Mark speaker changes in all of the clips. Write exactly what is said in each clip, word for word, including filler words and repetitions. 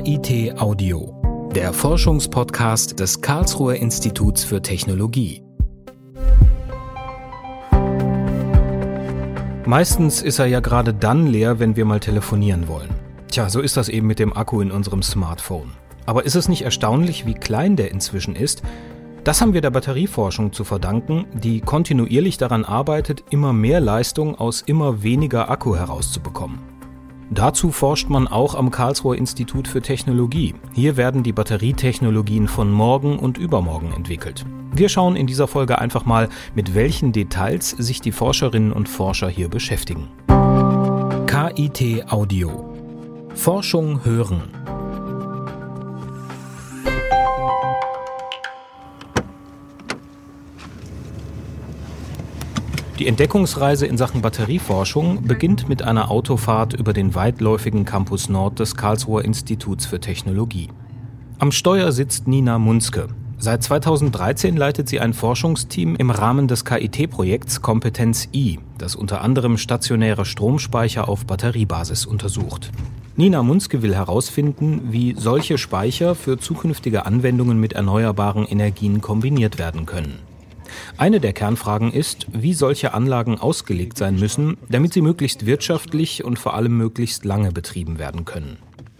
Speaker 1: K I T Audio, der Forschungspodcast des Karlsruher Instituts für Technologie. Meistens ist er ja gerade dann leer, wenn wir mal telefonieren wollen. Tja, so ist das eben mit dem Akku in unserem Smartphone. Aber ist es nicht erstaunlich, wie klein der inzwischen ist? Das haben wir der Batterieforschung zu verdanken, die kontinuierlich daran arbeitet, immer mehr Leistung aus immer weniger Akku herauszubekommen. Dazu forscht man auch am Karlsruher Institut für Technologie. Hier werden die Batterietechnologien von morgen und übermorgen entwickelt. Wir schauen in dieser Folge einfach mal, mit welchen Details sich die Forscherinnen und Forscher hier beschäftigen. K I T Audio. Forschung hören. Die Entdeckungsreise in Sachen Batterieforschung beginnt mit einer Autofahrt über den weitläufigen Campus Nord des Karlsruher Instituts für Technologie. Am Steuer sitzt Nina Munzke. Seit zweitausenddreizehn leitet sie ein Forschungsteam im Rahmen des K I T-Projekts Kompetenz I, das unter anderem stationäre Stromspeicher auf Batteriebasis untersucht. Nina Munzke will herausfinden, wie solche Speicher für zukünftige Anwendungen mit erneuerbaren Energien kombiniert werden können. Eine der Kernfragen ist, wie solche Anlagen ausgelegt sein müssen, damit sie möglichst wirtschaftlich und vor allem möglichst lange betrieben werden können.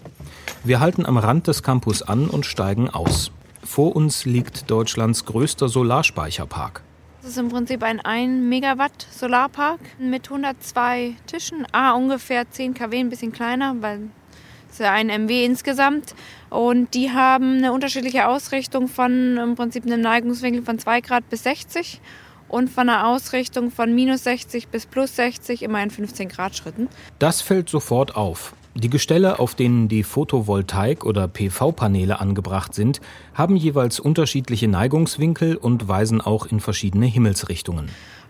Speaker 1: Wir halten am Rand des Campus an und steigen aus. Vor uns liegt Deutschlands größter Solarspeicherpark.
Speaker 2: Das ist im Prinzip ein ein Megawatt Solarpark mit hundertzwei Tischen, ah, ungefähr zehn Kilowatt, ein bisschen kleiner, weil es ist ja ein M W insgesamt. Und die haben eine unterschiedliche Ausrichtung von im Prinzip einem Neigungswinkel von zwei Grad bis sechzig und von einer Ausrichtung von minus sechzig bis plus sechzig immer in fünfzehn Grad Schritten.
Speaker 1: Das fällt sofort auf. Die Gestelle, auf denen die Photovoltaik- oder P V-Paneele angebracht sind, haben jeweils unterschiedliche Neigungswinkel und weisen auch in verschiedene Himmelsrichtungen.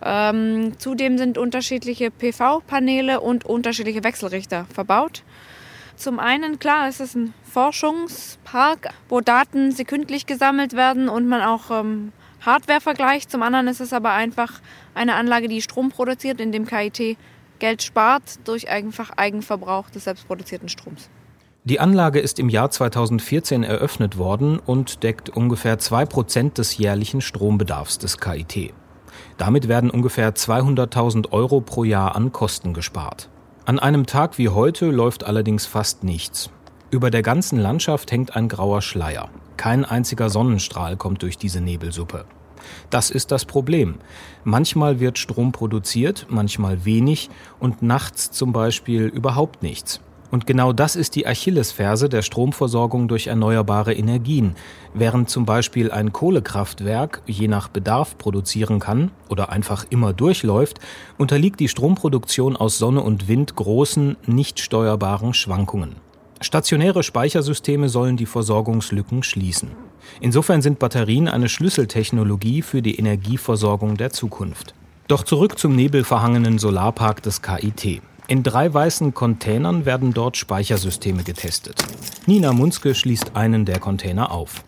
Speaker 2: Ähm, zudem sind unterschiedliche P V-Paneele und unterschiedliche Wechselrichter verbaut. Zum einen, klar, es ist ein Forschungspark, wo Daten sekündlich gesammelt werden und man auch ähm, Hardware vergleicht. Zum anderen ist es aber einfach eine Anlage, die Strom produziert, in dem K I T Geld spart durch einfach Eigenverbrauch des selbstproduzierten Stroms.
Speaker 1: Die Anlage ist im Jahr zweitausendvierzehn eröffnet worden und deckt ungefähr zwei Prozent des jährlichen Strombedarfs des K I T. Damit werden ungefähr zweihunderttausend Euro pro Jahr an Kosten gespart. An einem Tag wie heute läuft allerdings fast nichts. Über der ganzen Landschaft hängt ein grauer Schleier. Kein einziger Sonnenstrahl kommt durch diese Nebelsuppe. Das ist das Problem. Manchmal wird Strom produziert, manchmal wenig und nachts zum Beispiel überhaupt nichts. Und genau das ist die Achillesferse der Stromversorgung durch erneuerbare Energien. Während zum Beispiel ein Kohlekraftwerk je nach Bedarf produzieren kann oder einfach immer durchläuft, unterliegt die Stromproduktion aus Sonne und Wind großen, nicht steuerbaren Schwankungen. Stationäre Speichersysteme sollen die Versorgungslücken schließen. Insofern sind Batterien eine Schlüsseltechnologie für die Energieversorgung der Zukunft. Doch zurück zum nebelverhangenen Solarpark des K I T. In drei weißen Containern werden dort Speichersysteme getestet. Nina Munzke schließt einen der Container auf.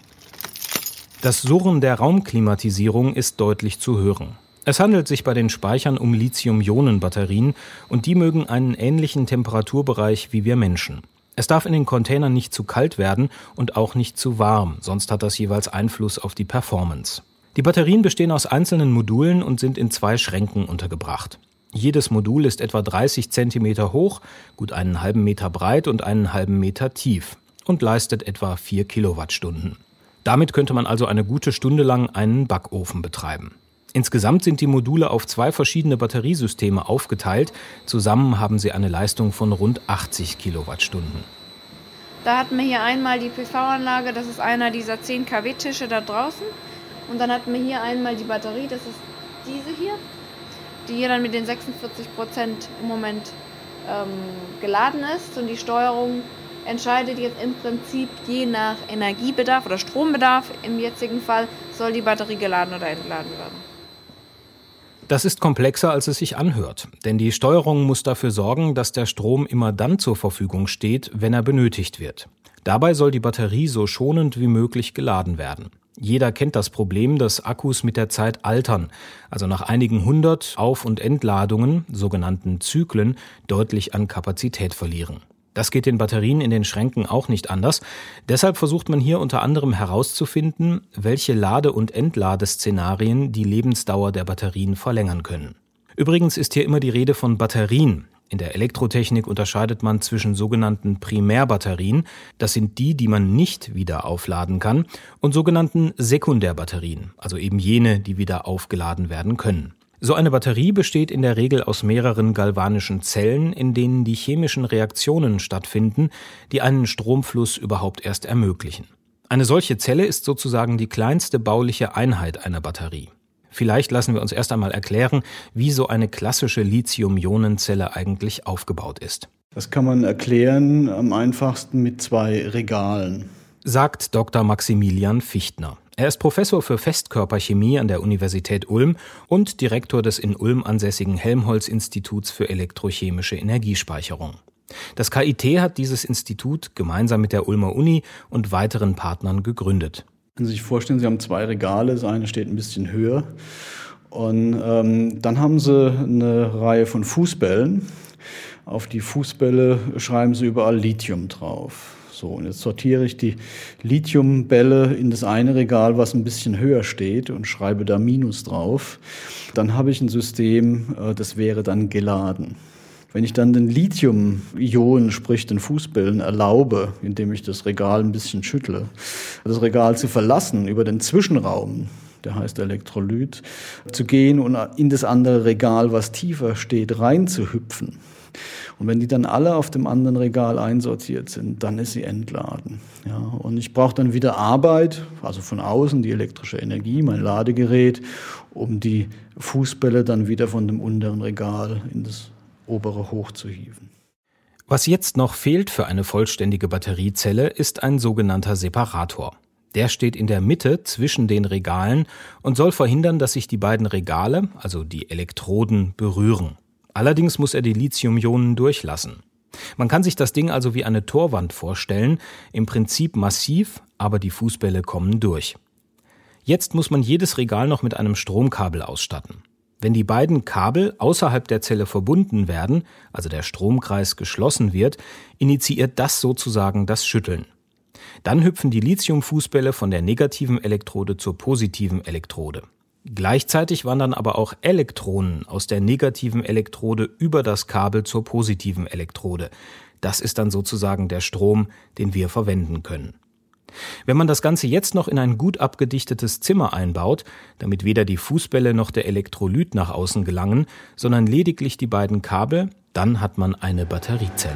Speaker 1: Das Surren der Raumklimatisierung ist deutlich zu hören. Es handelt sich bei den Speichern um Lithium-Ionen-Batterien und die mögen einen ähnlichen Temperaturbereich wie wir Menschen. Es darf in den Containern nicht zu kalt werden und auch nicht zu warm, sonst hat das jeweils Einfluss auf die Performance. Die Batterien bestehen aus einzelnen Modulen und sind in zwei Schränken untergebracht. Jedes Modul ist etwa dreißig Zentimeter hoch, gut einen halben Meter breit und einen halben Meter tief und leistet etwa vier Kilowattstunden. Damit könnte man also eine gute Stunde lang einen Backofen betreiben. Insgesamt sind die Module auf zwei verschiedene Batteriesysteme aufgeteilt. Zusammen haben sie eine Leistung von rund achtzig Kilowattstunden.
Speaker 2: Da hatten wir hier einmal die P V-Anlage, das ist einer dieser zehn Kilowatt Tische da draußen. Und dann hatten wir hier einmal die Batterie, das ist diese hier, die hier dann mit den sechsundvierzig Prozent im Moment ähm, geladen ist. Und die Steuerung entscheidet jetzt im Prinzip je nach Energiebedarf oder Strombedarf. Im jetzigen Fall soll die Batterie geladen oder entladen werden.
Speaker 1: Das ist komplexer, als es sich anhört, denn die Steuerung muss dafür sorgen, dass der Strom immer dann zur Verfügung steht, wenn er benötigt wird. Dabei soll die Batterie so schonend wie möglich geladen werden. Jeder kennt das Problem, dass Akkus mit der Zeit altern, also nach einigen hundert Auf- und Entladungen, sogenannten Zyklen, deutlich an Kapazität verlieren. Das geht den Batterien in den Schränken auch nicht anders. Deshalb versucht man hier unter anderem herauszufinden, welche Lade- und Entladeszenarien die Lebensdauer der Batterien verlängern können. Übrigens ist hier immer die Rede von Batterien. In der Elektrotechnik unterscheidet man zwischen sogenannten Primärbatterien, das sind die, die man nicht wieder aufladen kann, und sogenannten Sekundärbatterien, also eben jene, die wieder aufgeladen werden können. So eine Batterie besteht in der Regel aus mehreren galvanischen Zellen, in denen die chemischen Reaktionen stattfinden, die einen Stromfluss überhaupt erst ermöglichen. Eine solche Zelle ist sozusagen die kleinste bauliche Einheit einer Batterie. Vielleicht lassen wir uns erst einmal erklären, wie so eine klassische Lithium-Ionen-Zelle eigentlich aufgebaut ist.
Speaker 3: Das kann man erklären am einfachsten mit zwei Regalen,
Speaker 1: sagt Doktor Maximilian Fichtner. Er ist Professor für Festkörperchemie an der Universität Ulm und Direktor des in Ulm ansässigen Helmholtz-Instituts für elektrochemische Energiespeicherung. Das K I T hat dieses Institut gemeinsam mit der Ulmer Uni und weiteren Partnern gegründet.
Speaker 3: Können Sie sich vorstellen, Sie haben zwei Regale, das eine steht ein bisschen höher und ähm, dann haben Sie eine Reihe von Fußbällen. Auf die Fußbälle schreiben Sie überall Lithium drauf. So, und jetzt sortiere ich die Lithiumbälle in das eine Regal, was ein bisschen höher steht und schreibe da Minus drauf. Dann habe ich ein System, das wäre dann geladen. Wenn ich dann den Lithium-Ionen, sprich den Fußbällen, erlaube, indem ich das Regal ein bisschen schüttle, das Regal zu verlassen über den Zwischenraum, der heißt Elektrolyt, zu gehen und in das andere Regal, was tiefer steht, reinzuhüpfen. Und wenn die dann alle auf dem anderen Regal einsortiert sind, dann ist sie entladen. Ja, und ich brauche dann wieder Arbeit, also von außen die elektrische Energie, mein Ladegerät, um die Fußbälle dann wieder von dem unteren Regal in das obere hochzuhieven.
Speaker 1: Was jetzt noch fehlt für eine vollständige Batteriezelle, ist ein sogenannter Separator. Der steht in der Mitte zwischen den Regalen und soll verhindern, dass sich die beiden Regale, also die Elektroden, berühren. Allerdings muss er die Lithium-Ionen durchlassen. Man kann sich das Ding also wie eine Torwand vorstellen, im Prinzip massiv, aber die Fußbälle kommen durch. Jetzt muss man jedes Regal noch mit einem Stromkabel ausstatten. Wenn die beiden Kabel außerhalb der Zelle verbunden werden, also der Stromkreis geschlossen wird, initiiert das sozusagen das Schütteln. Dann hüpfen die Lithium-Fußbälle von der negativen Elektrode zur positiven Elektrode. Gleichzeitig wandern aber auch Elektronen aus der negativen Elektrode über das Kabel zur positiven Elektrode. Das ist dann sozusagen der Strom, den wir verwenden können. Wenn man das Ganze jetzt noch in ein gut abgedichtetes Zimmer einbaut, damit weder die Fußbälle noch der Elektrolyt nach außen gelangen, sondern lediglich die beiden Kabel, dann hat man eine Batteriezelle.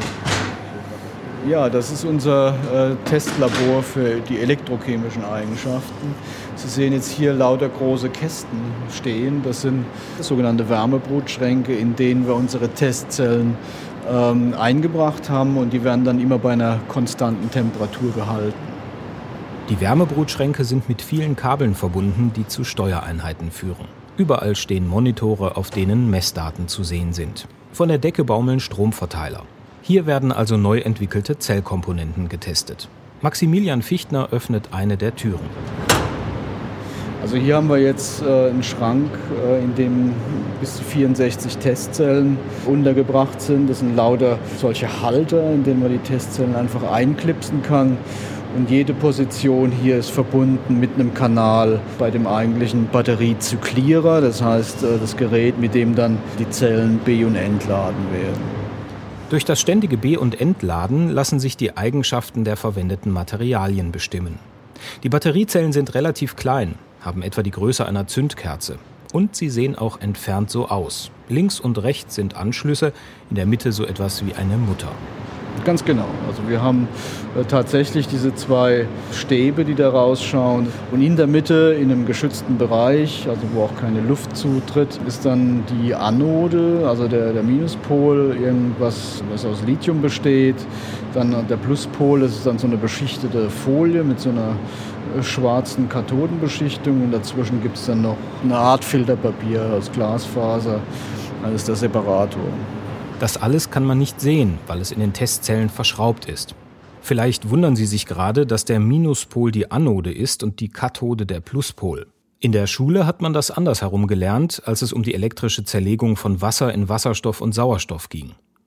Speaker 3: Ja, das ist unser äh, Testlabor für die elektrochemischen Eigenschaften. Sie sehen jetzt hier lauter große Kästen stehen. Das sind sogenannte Wärmebrutschränke, in denen wir unsere Testzellen ähm, eingebracht haben und die werden dann immer bei einer konstanten Temperatur gehalten.
Speaker 1: Die Wärmebrutschränke sind mit vielen Kabeln verbunden, die zu Steuereinheiten führen. Überall stehen Monitore, auf denen Messdaten zu sehen sind. Von der Decke baumeln Stromverteiler. Hier werden also neu entwickelte Zellkomponenten getestet. Maximilian Fichtner öffnet eine der Türen.
Speaker 3: Also hier haben wir jetzt äh, einen Schrank, äh, in dem bis zu vierundsechzig Testzellen untergebracht sind. Das sind lauter solche Halter, in denen man die Testzellen einfach einklipsen kann. Und jede Position hier ist verbunden mit einem Kanal bei dem eigentlichen Batteriezyklierer. Das heißt, äh, das Gerät, mit dem dann die Zellen be- und entladen werden.
Speaker 1: Durch das ständige Be- und Entladen lassen sich die Eigenschaften der verwendeten Materialien bestimmen. Die Batteriezellen sind relativ klein, haben etwa die Größe einer Zündkerze. Und sie sehen auch entfernt so aus. Links und rechts sind Anschlüsse, in der Mitte so etwas wie eine Mutter.
Speaker 3: Ganz genau. Also wir haben äh, tatsächlich diese zwei Stäbe, die da rausschauen. Und in der Mitte, in einem geschützten Bereich, also wo auch keine Luft zutritt, ist dann die Anode, also der, der Minuspol, irgendwas, was aus Lithium besteht. Dann der Pluspol, das ist dann so eine beschichtete Folie mit so einer äh, schwarzen Kathodenbeschichtung. Und dazwischen gibt es dann noch eine Art Filterpapier aus Glasfaser. Das ist der Separator.
Speaker 1: Das alles kann man nicht sehen, weil es in den Testzellen verschraubt ist. Vielleicht wundern Sie sich gerade, dass der Minuspol die Anode ist und die Kathode der Pluspol. In der Schule hat man das andersherum gelernt, als es um die elektrische Zerlegung von Wasser in Wasserstoff und Sauerstoff ging.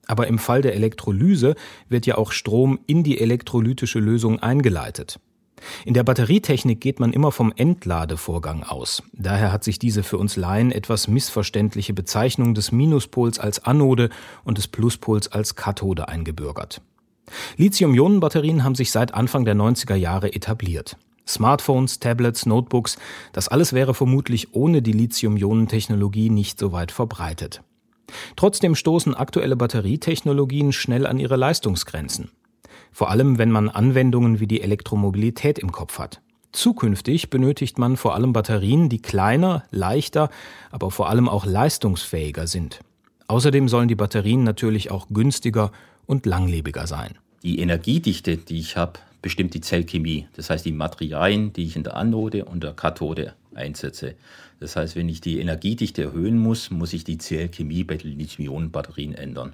Speaker 1: Aber im Fall der Elektrolyse wird ja auch Strom in die elektrolytische Lösung eingeleitet. In der Batterietechnik geht man immer vom Entladevorgang aus. Daher hat sich diese für uns Laien etwas missverständliche Bezeichnung des Minuspols als Anode und des Pluspols als Kathode eingebürgert. Lithium-Ionen-Batterien haben sich seit Anfang der neunziger Jahre etabliert. Smartphones, Tablets, Notebooks, das alles wäre vermutlich ohne die Lithium-Ionen-Technologie nicht so weit verbreitet. Trotzdem stoßen aktuelle Batterietechnologien schnell an ihre Leistungsgrenzen. Vor allem, wenn man Anwendungen wie die Elektromobilität im Kopf hat. Zukünftig benötigt man vor allem Batterien, die kleiner, leichter, aber vor allem auch leistungsfähiger sind. Außerdem sollen die Batterien natürlich auch günstiger und langlebiger sein.
Speaker 4: Die Energiedichte, die ich habe, bestimmt die Zellchemie. Das heißt, die Materialien, die ich in der Anode und der Kathode einsetze. Das heißt, wenn ich die Energiedichte erhöhen muss, muss ich die Zellchemie bei den Lithium-Ionen-Batterien ändern.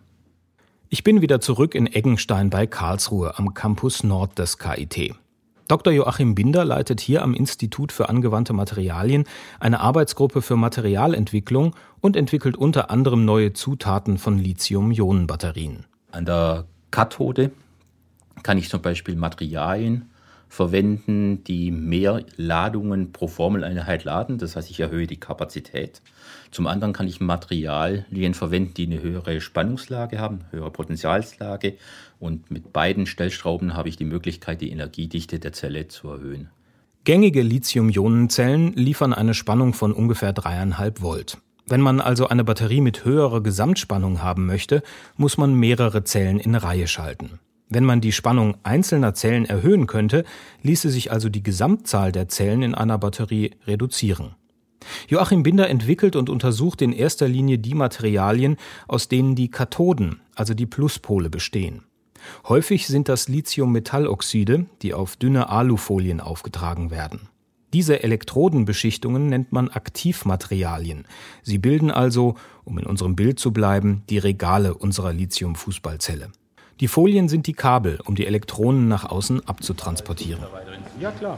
Speaker 1: Ich bin wieder zurück in Eggenstein bei Karlsruhe am Campus Nord des K I T. Doktor Joachim Binder leitet hier am Institut für angewandte Materialien eine Arbeitsgruppe für Materialentwicklung und entwickelt unter anderem neue Zutaten von Lithium-Ionen-Batterien.
Speaker 4: An der Kathode kann ich zum Beispiel Materialien verwenden, die mehr Ladungen pro Formeleinheit laden. Das heißt, ich erhöhe die Kapazität. Zum anderen kann ich Materialien verwenden, die eine höhere Spannungslage haben, höhere Potentialslage. Und mit beiden Stellschrauben habe ich die Möglichkeit, die Energiedichte der Zelle zu erhöhen.
Speaker 1: Gängige Lithium-Ionen-Zellen liefern eine Spannung von ungefähr dreieinhalb Volt. Wenn man also eine Batterie mit höherer Gesamtspannung haben möchte, muss man mehrere Zellen in Reihe schalten. Wenn man die Spannung einzelner Zellen erhöhen könnte, ließe sich also die Gesamtzahl der Zellen in einer Batterie reduzieren. Joachim Binder entwickelt und untersucht in erster Linie die Materialien, aus denen die Kathoden, also die Pluspole, bestehen. Häufig sind das Lithium-Metalloxide, die auf dünne Alufolien aufgetragen werden. Diese Elektrodenbeschichtungen nennt man Aktivmaterialien. Sie bilden also, um in unserem Bild zu bleiben, die Regale unserer Lithium-Fußballzelle. Die Folien sind die Kabel, um die Elektronen nach außen abzutransportieren.
Speaker 5: Ja, klar.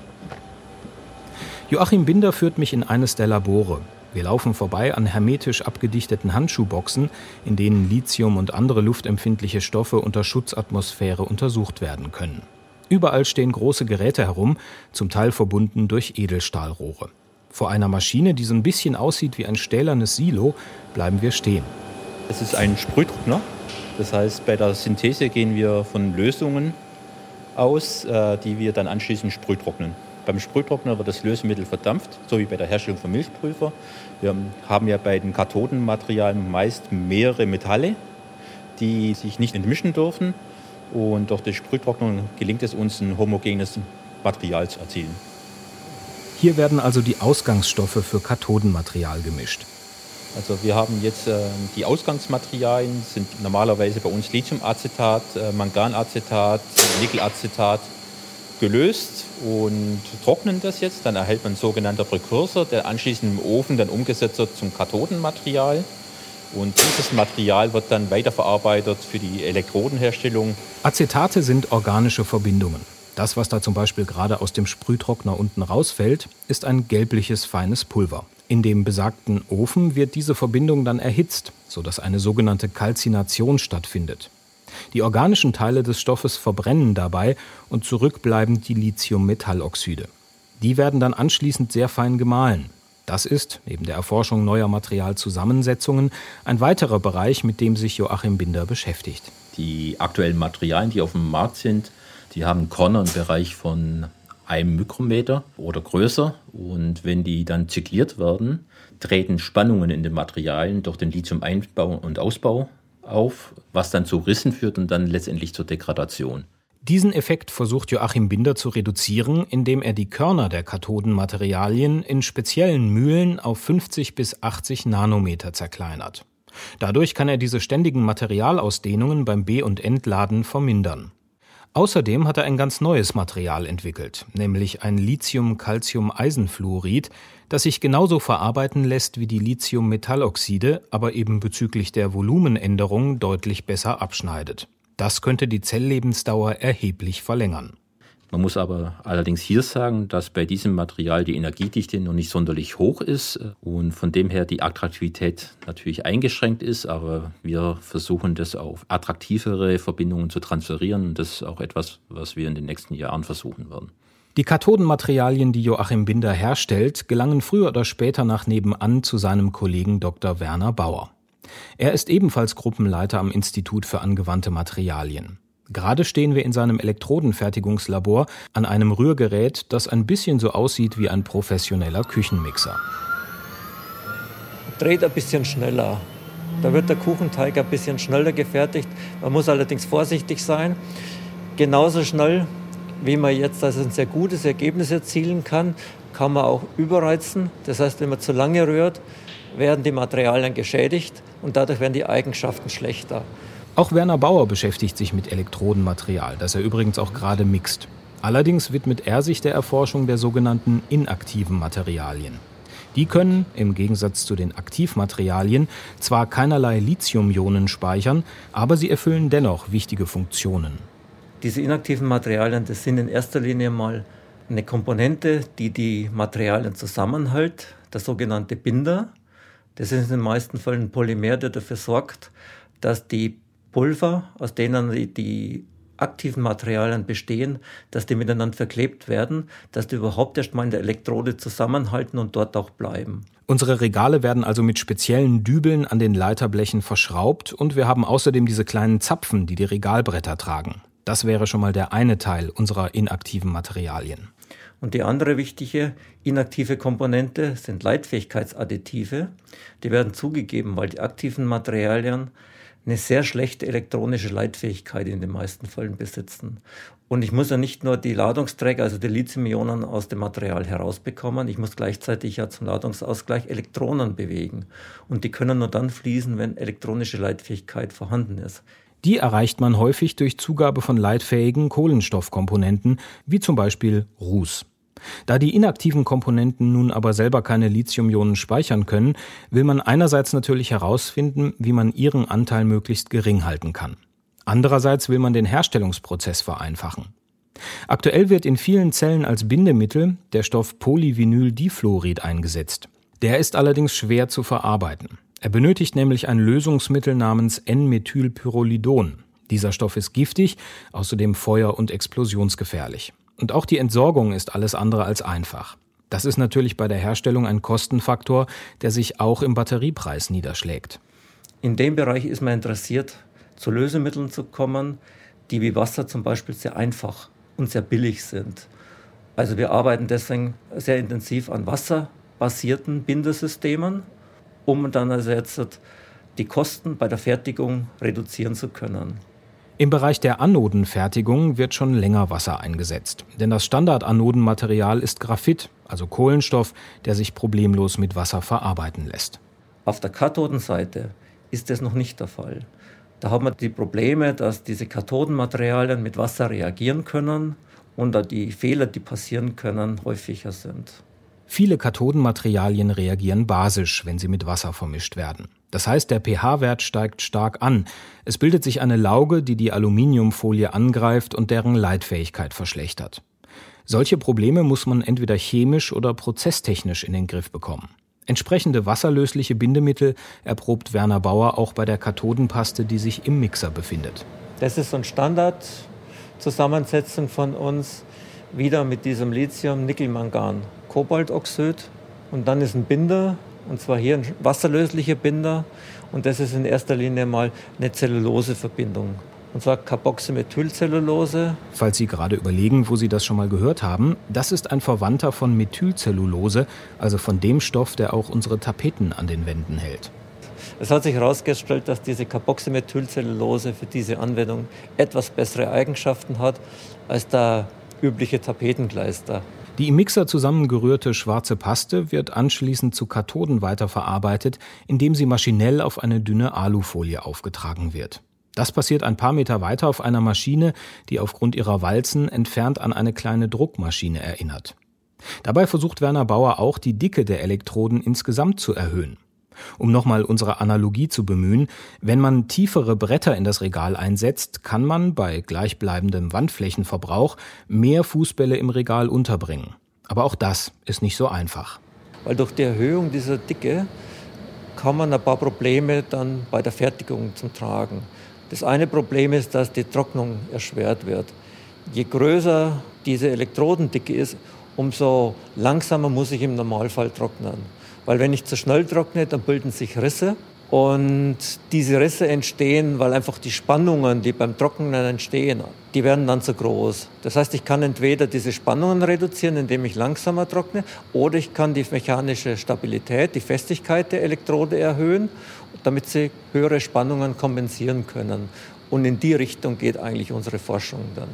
Speaker 1: Joachim Binder führt mich in eines der Labore. Wir laufen vorbei an hermetisch abgedichteten Handschuhboxen, in denen Lithium und andere luftempfindliche Stoffe unter Schutzatmosphäre untersucht werden können. Überall stehen große Geräte herum, zum Teil verbunden durch Edelstahlrohre. Vor einer Maschine, die so ein bisschen aussieht wie ein stählernes Silo, bleiben wir stehen.
Speaker 4: Es ist ein Sprühtrockner. Das heißt, bei der Synthese gehen wir von Lösungen aus, die wir dann anschließend sprühtrocknen. Beim Sprühtrockner wird das Lösemittel verdampft, so wie bei der Herstellung von Milchpulver. Wir haben ja bei den Kathodenmaterialien meist mehrere Metalle, die sich nicht entmischen dürfen. Und durch das Sprühtrocknen gelingt es uns, ein homogenes Material zu erzielen.
Speaker 1: Hier werden also die Ausgangsstoffe für Kathodenmaterial gemischt.
Speaker 4: Also wir haben jetzt äh, die Ausgangsmaterialien, sind normalerweise bei uns Lithiumacetat, äh, Manganacetat, Nickelacetat gelöst und trocknen das jetzt. Dann erhält man einen sogenannten Präkursor, der anschließend im Ofen dann umgesetzt wird zum Kathodenmaterial. Und dieses Material wird dann weiterverarbeitet für die Elektrodenherstellung.
Speaker 1: Acetate sind organische Verbindungen. Das, was da zum Beispiel gerade aus dem Sprühtrockner unten rausfällt, ist ein gelbliches, feines Pulver. In dem besagten Ofen wird diese Verbindung dann erhitzt, sodass eine sogenannte Kalzination stattfindet. Die organischen Teile des Stoffes verbrennen dabei und zurück bleiben die Lithium-Metalloxide. Die werden dann anschließend sehr fein gemahlen. Das ist, neben der Erforschung neuer Materialzusammensetzungen, ein weiterer Bereich, mit dem sich Joachim Binder beschäftigt.
Speaker 4: Die aktuellen Materialien, die auf dem Markt sind, die haben einen Körner im Bereich von einem Mikrometer oder größer. Und wenn die dann zykliert werden, treten Spannungen in den Materialien durch den Lithium-Einbau und Ausbau auf, was dann zu Rissen führt und dann letztendlich zur Degradation.
Speaker 1: Diesen Effekt versucht Joachim Binder zu reduzieren, indem er die Körner der Kathodenmaterialien in speziellen Mühlen auf fünfzig bis achtzig Nanometer zerkleinert. Dadurch kann er diese ständigen Materialausdehnungen beim Be- und Entladen vermindern. Außerdem hat er ein ganz neues Material entwickelt, nämlich ein Lithium-Calcium-Eisenfluorid, das sich genauso verarbeiten lässt wie die Lithium-Metalloxide, aber eben bezüglich der Volumenänderung deutlich besser abschneidet. Das könnte die Zelllebensdauer erheblich verlängern.
Speaker 4: Man muss aber allerdings hier sagen, dass bei diesem Material die Energiedichte noch nicht sonderlich hoch ist und von dem her die Attraktivität natürlich eingeschränkt ist, aber wir versuchen das auf attraktivere Verbindungen zu transferieren und das ist auch etwas, was wir in den nächsten Jahren versuchen werden.
Speaker 1: Die Kathodenmaterialien, die Joachim Binder herstellt, gelangen früher oder später nach nebenan zu seinem Kollegen Doktor Werner Bauer. Er ist ebenfalls Gruppenleiter am Institut für angewandte Materialien. Gerade stehen wir in seinem Elektrodenfertigungslabor an einem Rührgerät, das ein bisschen so aussieht wie ein professioneller Küchenmixer.
Speaker 5: Dreht ein bisschen schneller. Da wird der Kuchenteig ein bisschen schneller gefertigt. Man muss allerdings vorsichtig sein. Genauso schnell, wie man jetzt also ein sehr gutes Ergebnis erzielen kann, kann man auch überreizen. Das heißt, wenn man zu lange rührt, werden die Materialien geschädigt und dadurch werden die Eigenschaften schlechter.
Speaker 1: Auch Werner Bauer beschäftigt sich mit Elektrodenmaterial, das er übrigens auch gerade mixt. Allerdings widmet er sich der Erforschung der sogenannten inaktiven Materialien. Die können, im Gegensatz zu den Aktivmaterialien, zwar keinerlei Lithium-Ionen speichern, aber sie erfüllen dennoch wichtige Funktionen.
Speaker 5: Diese inaktiven Materialien, das sind in erster Linie mal eine Komponente, die die Materialien zusammenhält, der sogenannte Binder. Das ist in den meisten Fällen ein Polymer, der dafür sorgt, dass die Pulver, aus denen die, die aktiven Materialien bestehen, dass die miteinander verklebt werden, dass die überhaupt erst mal in der Elektrode zusammenhalten und dort auch bleiben.
Speaker 1: Unsere Regale werden also mit speziellen Dübeln an den Leiterblechen verschraubt und wir haben außerdem diese kleinen Zapfen, die die Regalbretter tragen. Das wäre schon mal der eine Teil unserer inaktiven Materialien.
Speaker 5: Und die andere wichtige inaktive Komponente sind Leitfähigkeitsadditive. Die werden zugegeben, weil die aktiven Materialien eine sehr schlechte elektronische Leitfähigkeit in den meisten Fällen besitzen. Und ich muss ja nicht nur die Ladungsträger, also die Lithium-Ionen aus dem Material herausbekommen, ich muss gleichzeitig ja zum Ladungsausgleich Elektronen bewegen. Und die können nur dann fließen, wenn elektronische Leitfähigkeit vorhanden ist.
Speaker 1: Die erreicht man häufig durch Zugabe von leitfähigen Kohlenstoffkomponenten, wie zum Beispiel Ruß. Da die inaktiven Komponenten nun aber selber keine Lithium-Ionen speichern können, will man einerseits natürlich herausfinden, wie man ihren Anteil möglichst gering halten kann. Andererseits will man den Herstellungsprozess vereinfachen. Aktuell wird in vielen Zellen als Bindemittel der Stoff Polyvinyldifluorid eingesetzt. Der ist allerdings schwer zu verarbeiten. Er benötigt nämlich ein Lösungsmittel namens N-Methylpyrrolidon. Dieser Stoff ist giftig, außerdem feuer- und explosionsgefährlich. Und auch die Entsorgung ist alles andere als einfach. Das ist natürlich bei der Herstellung ein Kostenfaktor, der sich auch im Batteriepreis niederschlägt.
Speaker 5: In dem Bereich ist man interessiert, zu Lösemitteln zu kommen, die wie Wasser zum Beispiel sehr einfach und sehr billig sind. Also wir arbeiten deswegen sehr intensiv an wasserbasierten Bindesystemen, um dann also jetzt die Kosten bei der Fertigung reduzieren zu können.
Speaker 1: Im Bereich der Anodenfertigung wird schon länger Wasser eingesetzt. Denn das Standardanodenmaterial ist Graphit, also Kohlenstoff, der sich problemlos mit Wasser verarbeiten lässt.
Speaker 5: Auf der Kathodenseite ist das noch nicht der Fall. Da haben wir die Probleme, dass diese Kathodenmaterialien mit Wasser reagieren können und da die Fehler, die passieren können, häufiger sind.
Speaker 1: Viele Kathodenmaterialien reagieren basisch, wenn sie mit Wasser vermischt werden. Das heißt, der pH-Wert steigt stark an. Es bildet sich eine Lauge, die die Aluminiumfolie angreift und deren Leitfähigkeit verschlechtert. Solche Probleme muss man entweder chemisch oder prozesstechnisch in den Griff bekommen. Entsprechende wasserlösliche Bindemittel erprobt Werner Bauer auch bei der Kathodenpaste, die sich im Mixer befindet.
Speaker 5: Das ist so eine Standardzusammensetzung von uns, wieder mit diesem Lithium-Nickel-Mangan-Kobaltoxid. Und dann ist ein Binder, und zwar hier ein wasserlöslicher Binder. Und das ist in erster Linie mal eine Zelluloseverbindung. Und zwar Carboxymethylcellulose.
Speaker 1: Falls Sie gerade überlegen, wo Sie das schon mal gehört haben, das ist ein Verwandter von Methylcellulose, also von dem Stoff, der auch unsere Tapeten an den Wänden hält.
Speaker 5: Es hat sich herausgestellt, dass diese Carboxymethylcellulose für diese Anwendung etwas bessere Eigenschaften hat als der übliche Tapetenkleister.
Speaker 1: Die im Mixer zusammengerührte schwarze Paste wird anschließend zu Kathoden weiterverarbeitet, indem sie maschinell auf eine dünne Alufolie aufgetragen wird. Das passiert ein paar Meter weiter auf einer Maschine, die aufgrund ihrer Walzen entfernt an eine kleine Druckmaschine erinnert. Dabei versucht Werner Bauer auch, die Dicke der Elektroden insgesamt zu erhöhen. Um nochmal unsere Analogie zu bemühen, wenn man tiefere Bretter in das Regal einsetzt, kann man bei gleichbleibendem Wandflächenverbrauch mehr Fußbälle im Regal unterbringen. Aber auch das ist nicht so einfach.
Speaker 5: Weil durch die Erhöhung dieser Dicke kommen ein paar Probleme dann bei der Fertigung zum Tragen. Das eine Problem ist, dass die Trocknung erschwert wird. Je größer diese Elektrodendicke ist, umso langsamer muss ich im Normalfall trocknen. Weil wenn ich zu schnell trockne, dann bilden sich Risse. Und diese Risse entstehen, weil einfach die Spannungen, die beim Trocknen entstehen, die werden dann zu groß. Das heißt, ich kann entweder diese Spannungen reduzieren, indem ich langsamer trockne, oder ich kann die mechanische Stabilität, die Festigkeit der Elektrode erhöhen, damit sie höhere Spannungen kompensieren können. Und in die Richtung geht eigentlich unsere Forschung dann.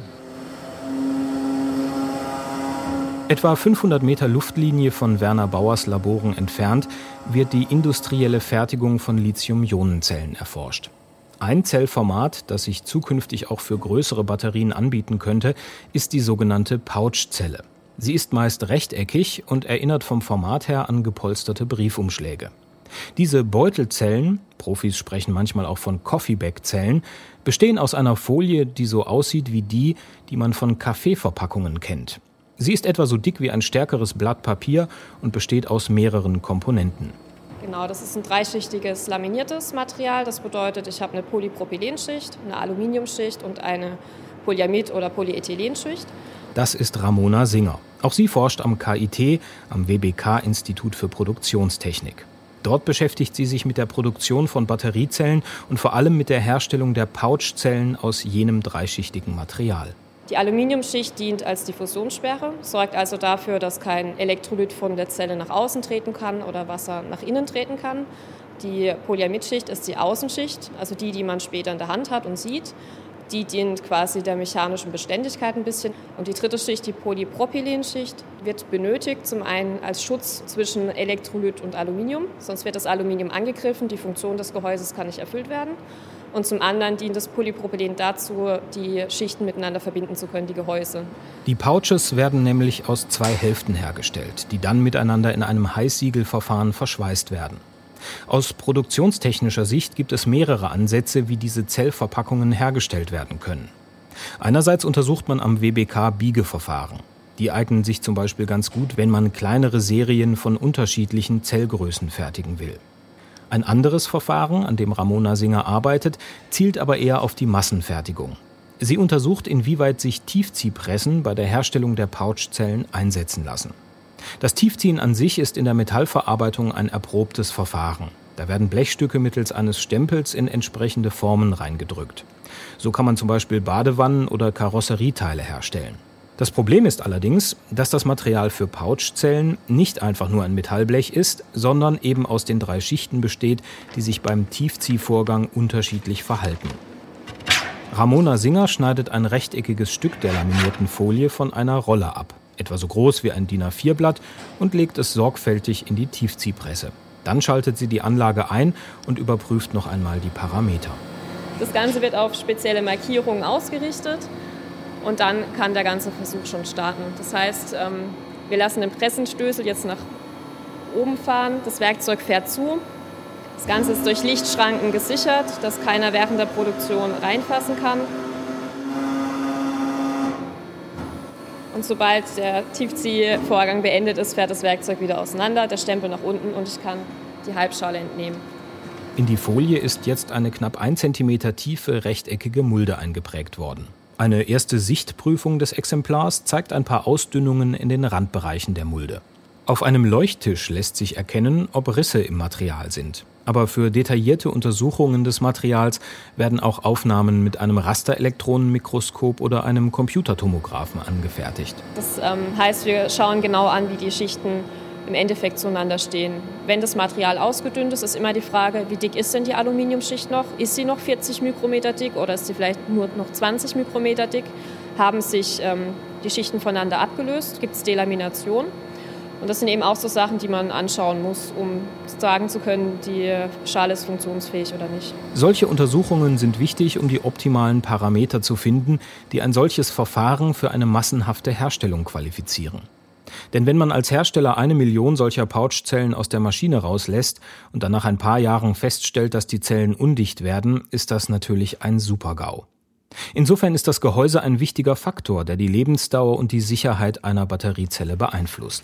Speaker 1: Etwa fünfhundert Meter Luftlinie von Werner Bauers Laboren entfernt wird die industrielle Fertigung von Lithium-Ionen-Zellen erforscht. Ein Zellformat, das sich zukünftig auch für größere Batterien anbieten könnte, ist die sogenannte Pouchzelle. Sie ist meist rechteckig und erinnert vom Format her an gepolsterte Briefumschläge. Diese Beutelzellen, Profis sprechen manchmal auch von Coffeebag-Zellen, bestehen aus einer Folie, die so aussieht wie die, die man von Kaffeeverpackungen kennt. Sie ist etwa so dick wie ein stärkeres Blatt Papier und besteht aus mehreren Komponenten.
Speaker 6: Genau, das ist ein dreischichtiges laminiertes Material. Das bedeutet, ich habe eine Polypropylenschicht, eine Aluminiumschicht und eine Polyamid- oder Polyethylenschicht.
Speaker 1: Das ist Ramona Singer. Auch sie forscht am K I T, am W B K-Institut für Produktionstechnik. Dort beschäftigt sie sich mit der Produktion von Batteriezellen und vor allem mit der Herstellung der Pouchzellen aus jenem dreischichtigen Material.
Speaker 6: Die Aluminiumschicht dient als Diffusionssperre, sorgt also dafür, dass kein Elektrolyt von der Zelle nach außen treten kann oder Wasser nach innen treten kann. Die Polyamidschicht ist die Außenschicht, also die, die man später in der Hand hat und sieht. Die dient quasi der mechanischen Beständigkeit ein bisschen. Und die dritte Schicht, die Polypropylenschicht, wird benötigt, zum einen als Schutz zwischen Elektrolyt und Aluminium. Sonst wird das Aluminium angegriffen, die Funktion des Gehäuses kann nicht erfüllt werden. Und zum anderen dient das Polypropylen dazu, die Schichten miteinander verbinden zu können, die Gehäuse.
Speaker 1: Die Pouches werden nämlich aus zwei Hälften hergestellt, die dann miteinander in einem Heißsiegelverfahren verschweißt werden. Aus produktionstechnischer Sicht gibt es mehrere Ansätze, wie diese Zellverpackungen hergestellt werden können. Einerseits untersucht man am W B K Biegeverfahren. Die eignen sich zum Beispiel ganz gut, wenn man kleinere Serien von unterschiedlichen Zellgrößen fertigen will. Ein anderes Verfahren, an dem Ramona Singer arbeitet, zielt aber eher auf die Massenfertigung. Sie untersucht, inwieweit sich Tiefziehpressen bei der Herstellung der Pouchzellen einsetzen lassen. Das Tiefziehen an sich ist in der Metallverarbeitung ein erprobtes Verfahren. Da werden Blechstücke mittels eines Stempels in entsprechende Formen reingedrückt. So kann man zum Beispiel Badewannen oder Karosserieteile herstellen. Das Problem ist allerdings, dass das Material für Pouchzellen nicht einfach nur ein Metallblech ist, sondern eben aus den drei Schichten besteht, die sich beim Tiefziehvorgang unterschiedlich verhalten. Ramona Singer schneidet ein rechteckiges Stück der laminierten Folie von einer Rolle ab, etwa so groß wie ein D I N A vier Blatt, und legt es sorgfältig in die Tiefziehpresse. Dann schaltet sie die Anlage ein und überprüft noch einmal die Parameter.
Speaker 6: Das Ganze wird auf spezielle Markierungen ausgerichtet. Und dann kann der ganze Versuch schon starten. Das heißt, wir lassen den Pressenstößel jetzt nach oben fahren. Das Werkzeug fährt zu. Das Ganze ist durch Lichtschranken gesichert, dass keiner während der Produktion reinfassen kann. Und sobald der Tiefziehvorgang beendet ist, fährt das Werkzeug wieder auseinander, der Stempel nach unten und ich kann die Halbschale entnehmen.
Speaker 1: In die Folie ist jetzt eine knapp ein Zentimeter tiefe rechteckige Mulde eingeprägt worden. Eine erste Sichtprüfung des Exemplars zeigt ein paar Ausdünnungen in den Randbereichen der Mulde. Auf einem Leuchttisch lässt sich erkennen, ob Risse im Material sind. Aber für detaillierte Untersuchungen des Materials werden auch Aufnahmen mit einem Rasterelektronenmikroskop oder einem Computertomographen angefertigt.
Speaker 6: Das ähm, heißt, wir schauen genau an, wie die Schichten im Endeffekt zueinander stehen. Wenn das Material ausgedünnt ist, ist immer die Frage, wie dick ist denn die Aluminiumschicht noch? Ist sie noch vierzig Mikrometer dick oder ist sie vielleicht nur noch zwanzig Mikrometer dick? Haben sich ähm, die Schichten voneinander abgelöst? Gibt es Delamination? Und das sind eben auch so Sachen, die man anschauen muss, um sagen zu können, die Schale ist funktionsfähig oder nicht.
Speaker 1: Solche Untersuchungen sind wichtig, um die optimalen Parameter zu finden, die ein solches Verfahren für eine massenhafte Herstellung qualifizieren. Denn wenn man als Hersteller eine Million solcher Pouchzellen aus der Maschine rauslässt und dann nach ein paar Jahren feststellt, dass die Zellen undicht werden, ist das natürlich ein Super-GAU. Insofern ist das Gehäuse ein wichtiger Faktor, der die Lebensdauer und die Sicherheit einer Batteriezelle beeinflusst.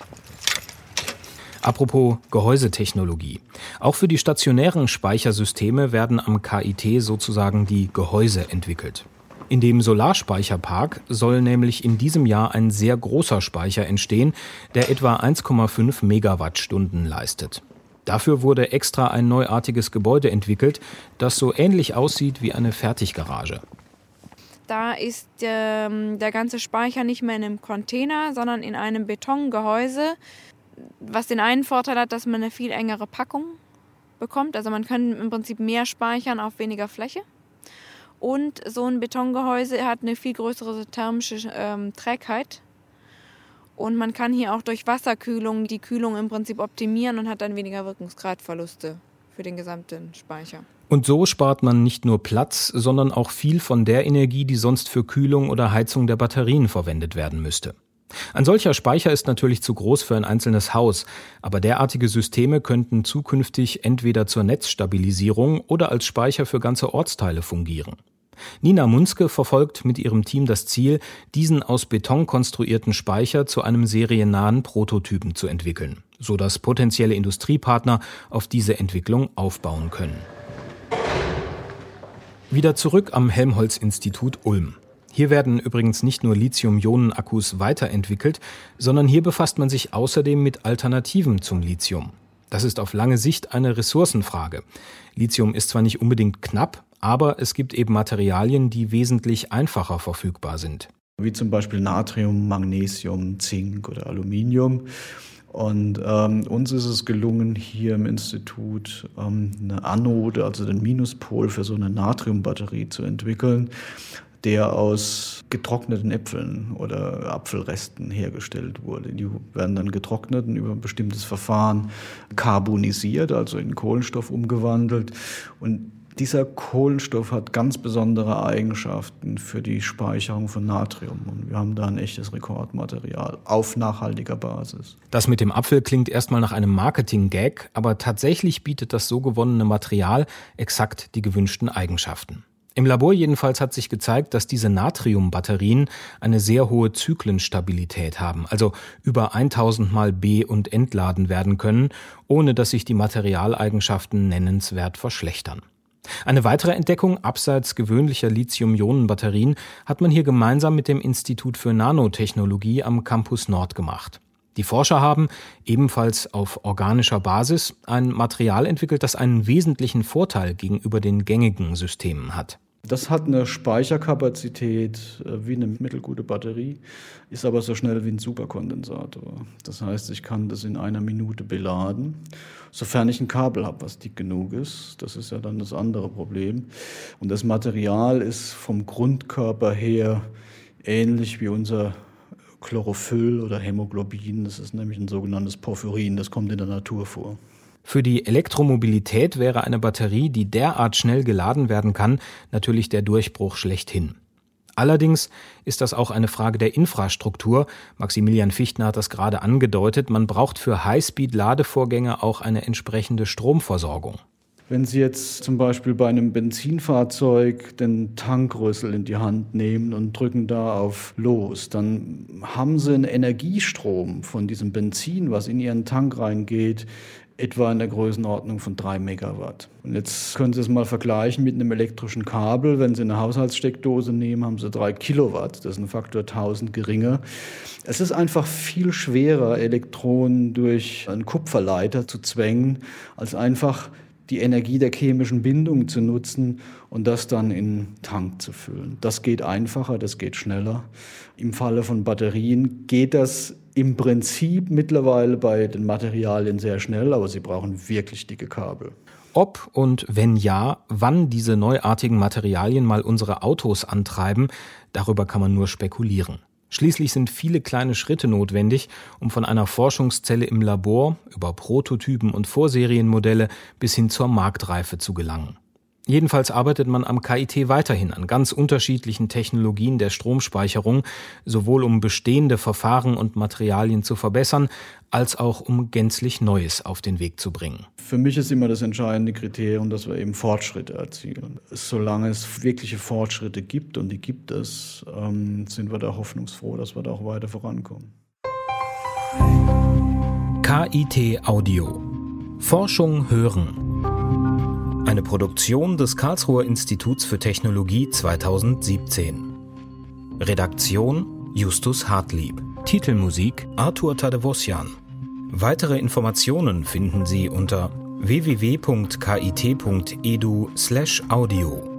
Speaker 1: Apropos Gehäusetechnologie. Auch für die stationären Speichersysteme werden am K I T sozusagen die Gehäuse entwickelt. In dem Solarspeicherpark soll nämlich in diesem Jahr ein sehr großer Speicher entstehen, der etwa eins Komma fünf Megawattstunden leistet. Dafür wurde extra ein neuartiges Gebäude entwickelt, das so ähnlich aussieht wie eine Fertiggarage.
Speaker 2: Da ist ähm, der ganze Speicher nicht mehr in einem Container, sondern in einem Betongehäuse, was den einen Vorteil hat, dass man eine viel engere Packung bekommt. Also man kann im Prinzip mehr speichern auf weniger Fläche. Und so ein Betongehäuse hat eine viel größere thermische ähm, Trägheit. Und man kann hier auch durch Wasserkühlung die Kühlung im Prinzip optimieren und hat dann weniger Wirkungsgradverluste für den gesamten Speicher.
Speaker 1: Und so spart man nicht nur Platz, sondern auch viel von der Energie, die sonst für Kühlung oder Heizung der Batterien verwendet werden müsste. Ein solcher Speicher ist natürlich zu groß für ein einzelnes Haus, aber derartige Systeme könnten zukünftig entweder zur Netzstabilisierung oder als Speicher für ganze Ortsteile fungieren. Nina Munzke verfolgt mit ihrem Team das Ziel, diesen aus Beton konstruierten Speicher zu einem seriennahen Prototypen zu entwickeln, sodass potenzielle Industriepartner auf diese Entwicklung aufbauen können. Wieder zurück am Helmholtz-Institut Ulm. Hier werden übrigens nicht nur Lithium-Ionen-Akkus weiterentwickelt, sondern hier befasst man sich außerdem mit Alternativen zum Lithium. Das ist auf lange Sicht eine Ressourcenfrage. Lithium ist zwar nicht unbedingt knapp, aber es gibt eben Materialien, die wesentlich einfacher verfügbar sind.
Speaker 3: Wie zum Beispiel Natrium, Magnesium, Zink oder Aluminium. Und ähm, uns ist es gelungen, hier im Institut ähm, eine Anode, also den Minuspol für so eine Natriumbatterie zu entwickeln, der aus getrockneten Äpfeln oder Apfelresten hergestellt wurde. Die werden dann getrocknet und über ein bestimmtes Verfahren karbonisiert, also in Kohlenstoff umgewandelt. Und dieser Kohlenstoff hat ganz besondere Eigenschaften für die Speicherung von Natrium. Und wir haben da ein echtes Rekordmaterial auf nachhaltiger Basis.
Speaker 1: Das mit dem Apfel klingt erstmal nach einem Marketing-Gag, aber tatsächlich bietet das so gewonnene Material exakt die gewünschten Eigenschaften. Im Labor jedenfalls hat sich gezeigt, dass diese Natriumbatterien eine sehr hohe Zyklenstabilität haben, also über tausend Mal be- und entladen werden können, ohne dass sich die Materialeigenschaften nennenswert verschlechtern. Eine weitere Entdeckung abseits gewöhnlicher Lithium-Ionen-Batterien hat man hier gemeinsam mit dem Institut für Nanotechnologie am Campus Nord gemacht. Die Forscher haben, ebenfalls auf organischer Basis, ein Material entwickelt, das einen wesentlichen Vorteil gegenüber den gängigen Systemen hat.
Speaker 3: Das hat eine Speicherkapazität wie eine mittelgute Batterie, ist aber so schnell wie ein Superkondensator. Das heißt, ich kann das in einer Minute beladen, sofern ich ein Kabel habe, was dick genug ist. Das ist ja dann das andere Problem. Und das Material ist vom Grundkörper her ähnlich wie unser Chlorophyll oder Hämoglobin. Das ist nämlich ein sogenanntes Porphyrin, das kommt in der Natur vor.
Speaker 1: Für die Elektromobilität wäre eine Batterie, die derart schnell geladen werden kann, natürlich der Durchbruch schlechthin. Allerdings ist das auch eine Frage der Infrastruktur. Maximilian Fichtner hat das gerade angedeutet. Man braucht für Highspeed-Ladevorgänge auch eine entsprechende Stromversorgung.
Speaker 3: Wenn Sie jetzt zum Beispiel bei einem Benzinfahrzeug den Tankrüssel in die Hand nehmen und drücken da auf Los, dann haben Sie einen Energiestrom von diesem Benzin, was in Ihren Tank reingeht, etwa in der Größenordnung von drei Megawatt. Und jetzt können Sie es mal vergleichen mit einem elektrischen Kabel. Wenn Sie eine Haushaltssteckdose nehmen, haben Sie drei Kilowatt. Das ist ein Faktor tausend geringer. Es ist einfach viel schwerer, Elektronen durch einen Kupferleiter zu zwängen, als einfach die Energie der chemischen Bindung zu nutzen und das dann in einen Tank zu füllen. Das geht einfacher, das geht schneller. Im Falle von Batterien geht das im Prinzip mittlerweile bei den Materialien sehr schnell, aber sie brauchen wirklich dicke Kabel.
Speaker 1: Ob und wenn ja, wann diese neuartigen Materialien mal unsere Autos antreiben, darüber kann man nur spekulieren. Schließlich sind viele kleine Schritte notwendig, um von einer Forschungszelle im Labor über Prototypen und Vorserienmodelle bis hin zur Marktreife zu gelangen. Jedenfalls arbeitet man am K I T weiterhin an ganz unterschiedlichen Technologien der Stromspeicherung, sowohl um bestehende Verfahren und Materialien zu verbessern, als auch um gänzlich Neues auf den Weg zu bringen.
Speaker 3: Für mich ist immer das entscheidende Kriterium, dass wir eben Fortschritte erzielen. Solange es wirkliche Fortschritte gibt, und die gibt es, ähm, sind wir da hoffnungsfroh, dass wir da auch weiter vorankommen.
Speaker 1: K I T Audio. Forschung hören. Eine Produktion des Karlsruher Instituts für Technologie zweitausendsiebzehn. Redaktion Justus Hartlieb. Titelmusik Arthur Tadevosyan. Weitere Informationen finden Sie unter w w w punkt k i t punkt e d u slash audio.